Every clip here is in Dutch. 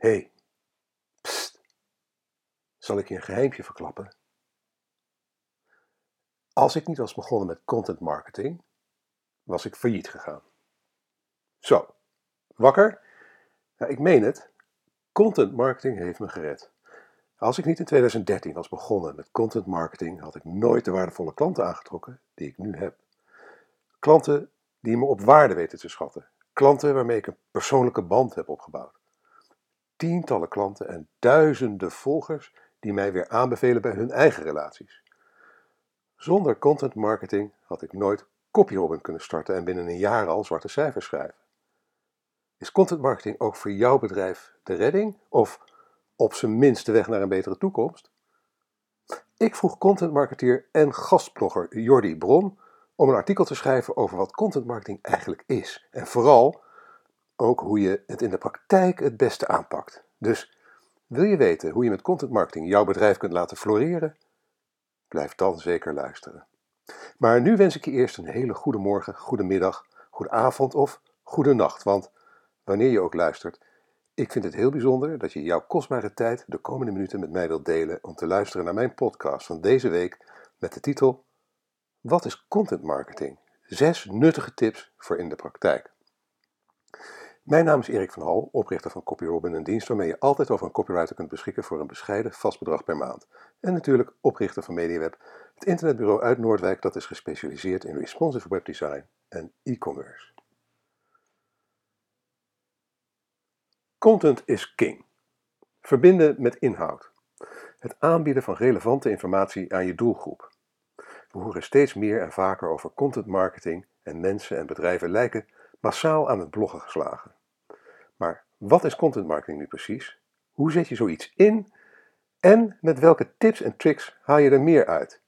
Hey, pst, zal ik je een geheimpje verklappen? Als ik niet was begonnen met content marketing, was ik failliet gegaan. Zo, wakker? Nou, ik meen het, content marketing heeft me gered. Als ik niet in 2013 was begonnen met content marketing, had ik nooit de waardevolle klanten aangetrokken die ik nu heb. Klanten die me op waarde weten te schatten. Klanten waarmee ik een persoonlijke band heb opgebouwd. Tientallen klanten en duizenden volgers die mij weer aanbevelen bij hun eigen relaties. Zonder content marketing had ik nooit CopyRobin kunnen starten en binnen een jaar al zwarte cijfers schrijven. Is content marketing ook voor jouw bedrijf de redding of op zijn minst de weg naar een betere toekomst? Ik vroeg contentmarketeer en gastblogger Jordi Bron om een artikel te schrijven over wat content marketing eigenlijk is. En vooral ook hoe je het in de praktijk het beste aanpakt. Dus wil je weten hoe je met content marketing jouw bedrijf kunt laten floreren? Blijf dan zeker luisteren. Maar nu wens ik je eerst een hele goede morgen, goede middag, goede avond of goede nacht. Want wanneer je ook luistert, ik vind het heel bijzonder dat je jouw kostbare tijd de komende minuten met mij wilt delen om te luisteren naar mijn podcast van deze week met de titel Wat is content marketing? 6 nuttige tips voor in de praktijk. Mijn naam is Erik van Hal, oprichter van CopyRobin, een dienst waarmee je altijd over een copywriter kunt beschikken voor een bescheiden vast bedrag per maand. En natuurlijk oprichter van MediaWeb, het internetbureau uit Noordwijk dat is gespecialiseerd in responsive webdesign en e-commerce. Content is king. Verbinden met inhoud. Het aanbieden van relevante informatie aan je doelgroep. We horen steeds meer en vaker over content marketing en mensen en bedrijven lijken massaal aan het bloggen geslagen. Maar wat is content marketing nu precies? Hoe zet je zoiets in? En met welke tips en tricks haal je er meer uit?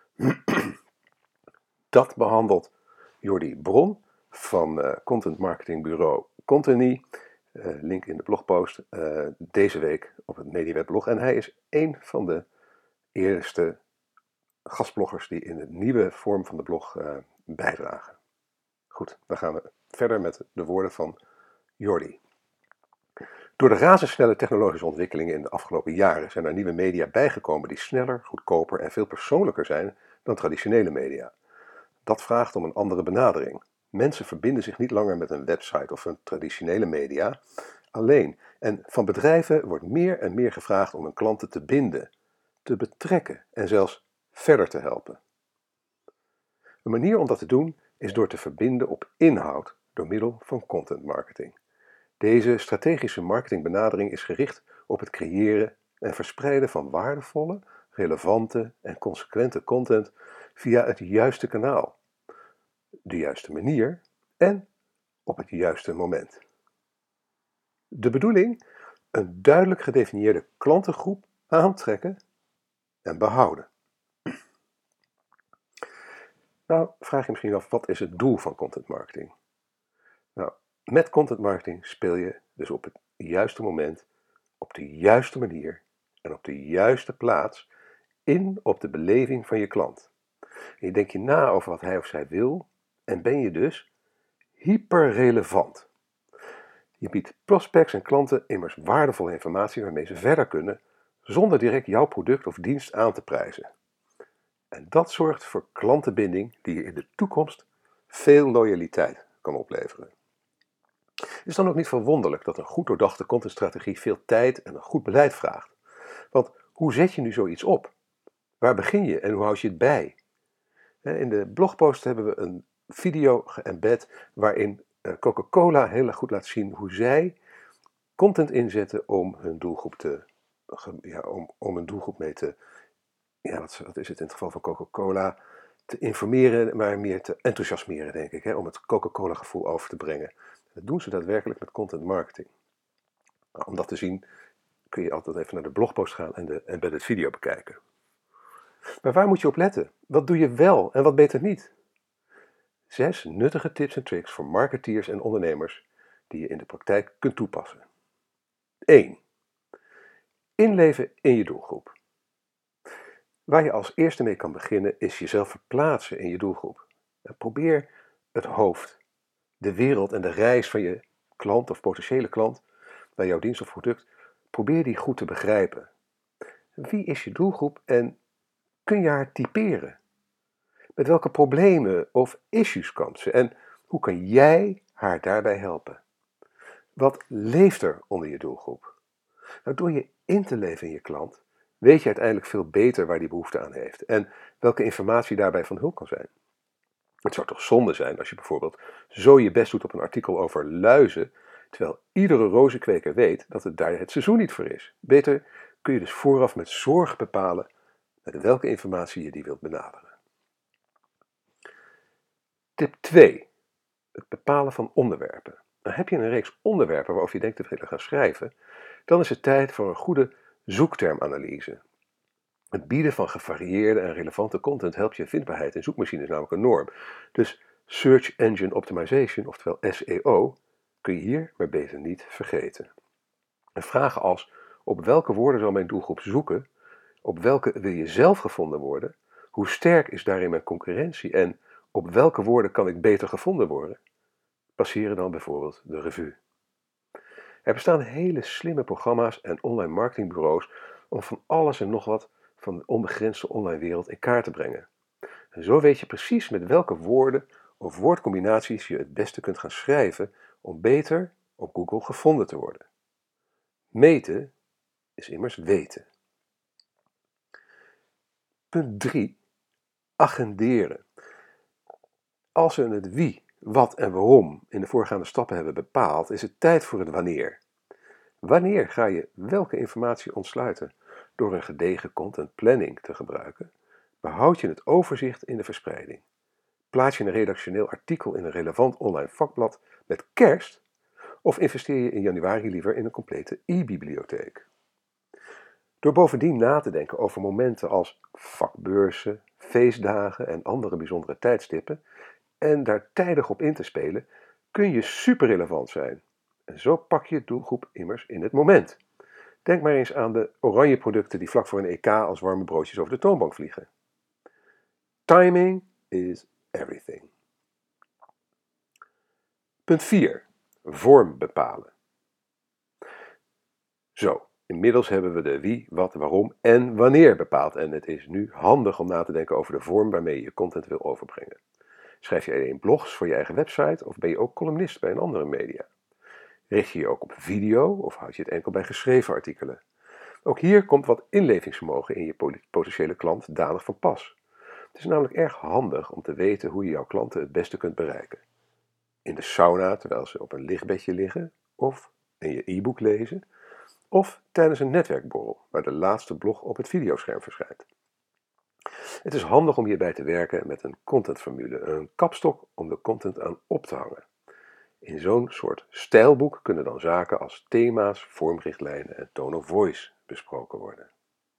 Dat behandelt Jordi Bron van content marketingbureau Conteny. Link in de blogpost deze week op het MediaWeb blog. En hij is een van de eerste gastbloggers die in de nieuwe vorm van de blog bijdragen. Goed, dan gaan we verder met de woorden van Jordi. Door de razendsnelle technologische ontwikkelingen in de afgelopen jaren zijn er nieuwe media bijgekomen die sneller, goedkoper en veel persoonlijker zijn dan traditionele media. Dat vraagt om een andere benadering. Mensen verbinden zich niet langer met een website of een traditionele media alleen. En van bedrijven wordt meer en meer gevraagd om hun klanten te binden, te betrekken en zelfs verder te helpen. Een manier om dat te doen is door te verbinden op inhoud door middel van content marketing. Deze strategische marketingbenadering is gericht op het creëren en verspreiden van waardevolle, relevante en consequente content via het juiste kanaal, de juiste manier en op het juiste moment. De bedoeling? Een duidelijk gedefinieerde klantengroep aantrekken en behouden. Nou, vraag je misschien af, wat is het doel van content marketing? Nou, met content marketing speel je dus op het juiste moment, op de juiste manier en op de juiste plaats in op de beleving van je klant. En je denkt je na over wat hij of zij wil en ben je dus hyperrelevant. Je biedt prospects en klanten immers waardevolle informatie waarmee ze verder kunnen zonder direct jouw product of dienst aan te prijzen. En dat zorgt voor klantenbinding die je in de toekomst veel loyaliteit kan opleveren. Het is dan ook niet verwonderlijk dat een goed doordachte contentstrategie veel tijd en een goed beleid vraagt. Want hoe zet je nu zoiets op? Waar begin je en hoe houd je het bij? In de blogpost hebben we een video geëmbed waarin Coca-Cola heel erg goed laat zien hoe zij content inzetten om hun doelgroep om een doelgroep mee te, wat is het in het geval van Coca-Cola, te informeren, maar meer te enthousiasmeren, denk ik, om het Coca-Cola gevoel over te brengen. Dat doen ze daadwerkelijk met content marketing. Nou, om dat te zien kun je altijd even naar de blogpost gaan en de embedded video bekijken. Maar waar moet je op letten? Wat doe je wel en wat beter niet? 6 nuttige tips en tricks voor marketeers en ondernemers die je in de praktijk kunt toepassen. 1. Inleven in je doelgroep. Waar je als eerste mee kan beginnen is jezelf verplaatsen in je doelgroep. Probeer het hoofd, de wereld en de reis van je klant of potentiële klant naar jouw dienst of product, probeer die goed te begrijpen. Wie is je doelgroep en kun je haar typeren? Met welke problemen of issues kampt ze en hoe kan jij haar daarbij helpen? Wat leeft er onder je doelgroep? Nou, door je in te leven in je klant, weet je uiteindelijk veel beter waar die behoefte aan heeft en welke informatie daarbij van hulp kan zijn. Het zou toch zonde zijn als je bijvoorbeeld zo je best doet op een artikel over luizen, terwijl iedere rozenkweker weet dat het daar het seizoen niet voor is. Beter kun je dus vooraf met zorg bepalen met welke informatie je die wilt benaderen. Tip 2. Het bepalen van onderwerpen. Nou, heb je een reeks onderwerpen waarover je denkt te willen gaan schrijven, dan is het tijd voor een goede zoektermanalyse. Het bieden van gevarieerde en relevante content helpt je vindbaarheid in zoekmachines namelijk enorm. Dus Search Engine Optimization, oftewel SEO, kun je hier maar beter niet vergeten. En vragen als: op welke woorden zal mijn doelgroep zoeken? Op welke wil je zelf gevonden worden? Hoe sterk is daarin mijn concurrentie? En op welke woorden kan ik beter gevonden worden? Passeren dan bijvoorbeeld de revue. Er bestaan hele slimme programma's en online marketingbureaus om van alles en nog wat van de onbegrensde online wereld in kaart te brengen. En zo weet je precies met welke woorden of woordcombinaties je het beste kunt gaan schrijven om beter op Google gevonden te worden. Meten is immers weten. Punt 3. Agenderen. Als we het wie, wat en waarom in de voorgaande stappen hebben bepaald, is het tijd voor het wanneer. Wanneer ga je welke informatie ontsluiten? Door een gedegen content planning te gebruiken, behoud je het overzicht in de verspreiding. Plaats je een redactioneel artikel in een relevant online vakblad met kerst, of investeer je in januari liever in een complete e-bibliotheek? Door bovendien na te denken over momenten als vakbeurzen, feestdagen en andere bijzondere tijdstippen en daar tijdig op in te spelen, kun je superrelevant zijn. En zo pak je doelgroep immers in het moment. Denk maar eens aan de oranje producten die vlak voor een EK als warme broodjes over de toonbank vliegen. Timing is everything. Punt 4. Vorm bepalen. Zo, inmiddels hebben we de wie, wat, waarom en wanneer bepaald. En het is nu handig om na te denken over de vorm waarmee je je content wil overbrengen. Schrijf je alleen blogs voor je eigen website of ben je ook columnist bij een andere media? Richt je je ook op video of houd je het enkel bij geschreven artikelen? Ook hier komt wat inlevingsvermogen in je potentiële klant danig van pas. Het is namelijk erg handig om te weten hoe je jouw klanten het beste kunt bereiken. In de sauna terwijl ze op een lichtbedje liggen, of in je e-book lezen, of tijdens een netwerkborrel waar de laatste blog op het videoscherm verschijnt. Het is handig om hierbij te werken met een contentformule, een kapstok om de content aan op te hangen. In zo'n soort stijlboek kunnen dan zaken als thema's, vormrichtlijnen en tone of voice besproken worden.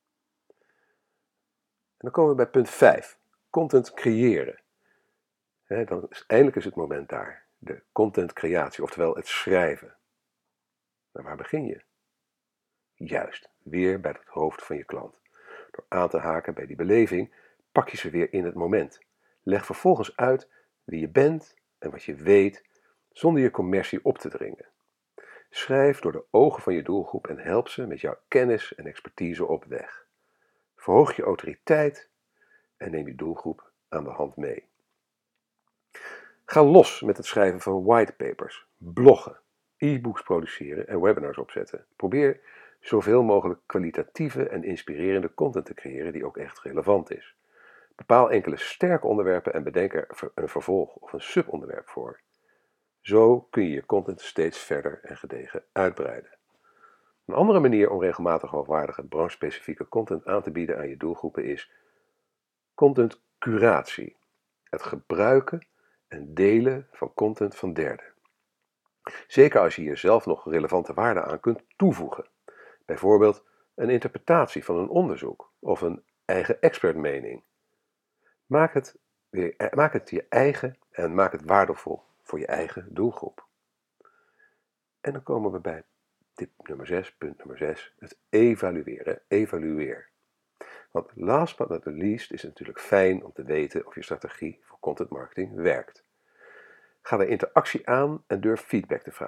En dan komen we bij punt 5, content creëren. Eindelijk is het moment daar, de contentcreatie, oftewel het schrijven. Maar waar begin je? Juist, weer bij het hoofd van je klant. Door aan te haken bij die beleving, pak je ze weer in het moment. Leg vervolgens uit wie je bent en wat je weet, zonder je commercie op te dringen. Schrijf door de ogen van je doelgroep en help ze met jouw kennis en expertise op weg. Verhoog je autoriteit en neem je doelgroep aan de hand mee. Ga los met het schrijven van whitepapers, bloggen, e-books produceren en webinars opzetten. Probeer zoveel mogelijk kwalitatieve en inspirerende content te creëren die ook echt relevant is. Bepaal enkele sterke onderwerpen en bedenk er een vervolg of een subonderwerp voor. Zo kun je je content steeds verder en gedegen uitbreiden. Een andere manier om regelmatig hoogwaardige branchespecifieke content aan te bieden aan je doelgroepen is contentcuratie. Het gebruiken en delen van content van derden. Zeker als je hier zelf nog relevante waarde aan kunt toevoegen. Bijvoorbeeld een interpretatie van een onderzoek of een eigen expertmening. Maak het je eigen en maak het waardevol voor je eigen doelgroep. En dan komen we bij tip nummer 6, punt nummer 6, het evalueren. Evalueer. Want last but not least is het natuurlijk fijn om te weten of je strategie voor content marketing werkt. Ga de interactie aan en durf feedback te vragen.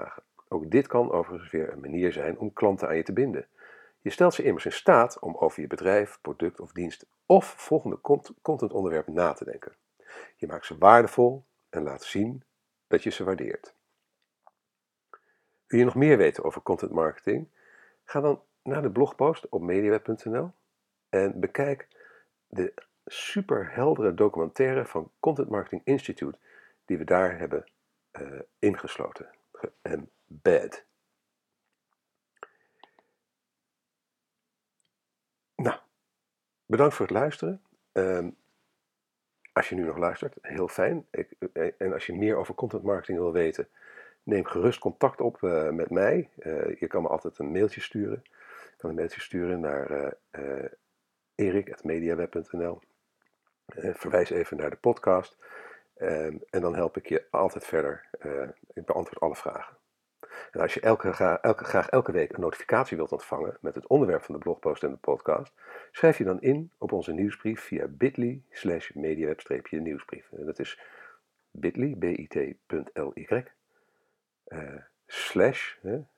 Ook dit kan overigens weer een manier zijn om klanten aan je te binden. Je stelt ze immers in staat om over je bedrijf, product of dienst of volgende contentonderwerp na te denken. Je maakt ze waardevol en laat zien dat je ze waardeert. Wil je nog meer weten over content marketing? Ga dan naar de blogpost op mediaweb.nl en bekijk de superheldere documentaire van Content Marketing Institute die we daar hebben ingesloten, geembed. Nou, bedankt voor het luisteren. Als je nu nog luistert, heel fijn. En als je meer over content marketing wil weten, neem gerust contact op met mij. Je kan me altijd een mailtje sturen. Je kan een mailtje sturen naar erik@mediaweb.nl. Verwijs even naar de podcast. En dan help ik je altijd verder. Ik beantwoord alle vragen. En als je graag elke week een notificatie wilt ontvangen met het onderwerp van de blogpost en de podcast, schrijf je dan in op onze nieuwsbrief via bit.ly/mediaweb-nieuwsbrief. En dat is bit.ly, bit.ly, slash,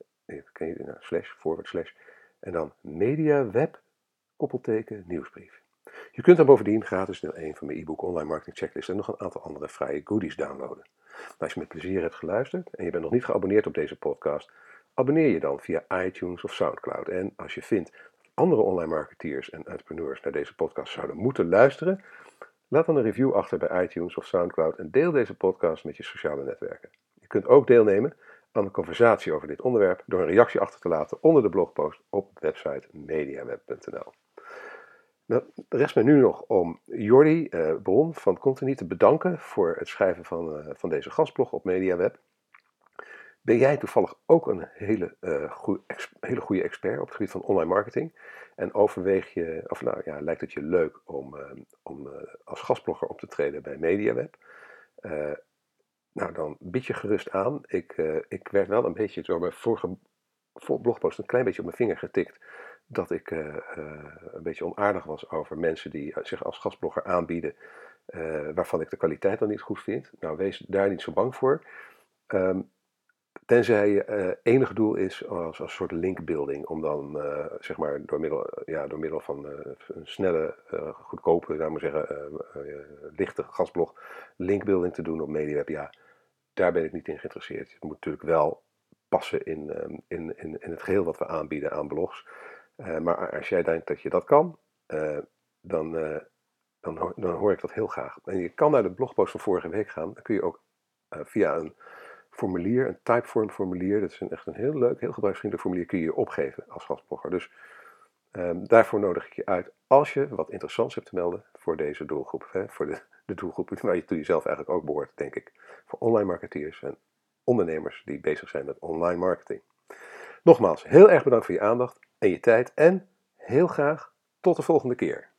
/, en dan mediaweb, nieuwsbrief. Je kunt dan bovendien gratis deel 1 van mijn e-book Online Marketing Checklist en nog een aantal andere vrije goodies downloaden. Nou, als je met plezier hebt geluisterd en je bent nog niet geabonneerd op deze podcast, abonneer je dan via iTunes of Soundcloud. En als je vindt dat andere online marketeers en entrepreneurs naar deze podcast zouden moeten luisteren, laat dan een review achter bij iTunes of Soundcloud en deel deze podcast met je sociale netwerken. Je kunt ook deelnemen aan de conversatie over dit onderwerp door een reactie achter te laten onder de blogpost op website mediaweb.nl. Nou, rest mij nu nog om Jordi Bron van Contini te bedanken voor het schrijven van deze gastblog op MediaWeb. Ben jij toevallig ook een hele goede expert op het gebied van online marketing? En overweeg je, lijkt het je leuk om als gastblogger op te treden bij MediaWeb? Nou, dan bied je gerust aan. Ik werd wel een beetje door mijn vorige blogpost een klein beetje op mijn vinger getikt dat ik een beetje onaardig was over mensen die zich als gastblogger aanbieden, waarvan ik de kwaliteit dan niet goed vind. Nou, wees daar niet zo bang voor. Tenzij je enig doel is als een soort linkbuilding, om dan door middel van een snelle, goedkope, lichte gastblog linkbuilding te doen op MediaWeb. Ja, daar ben ik niet in geïnteresseerd. Het moet natuurlijk wel passen in het geheel wat we aanbieden aan blogs. Maar als jij denkt dat je dat kan, dan hoor ik dat heel graag. En je kan naar de blogpost van vorige week gaan. Dan kun je ook via een formulier, een Typeform formulier, dat is echt een heel leuk, heel gebruiksvriendelijk formulier, kun je je opgeven als gastblogger. Dus daarvoor nodig ik je uit als je wat interessants hebt te melden voor deze doelgroep. Voor de doelgroep waar je jezelf eigenlijk ook behoort, denk ik. Voor online marketeers en ondernemers die bezig zijn met online marketing. Nogmaals, heel erg bedankt voor je aandacht en je tijd en heel graag tot de volgende keer.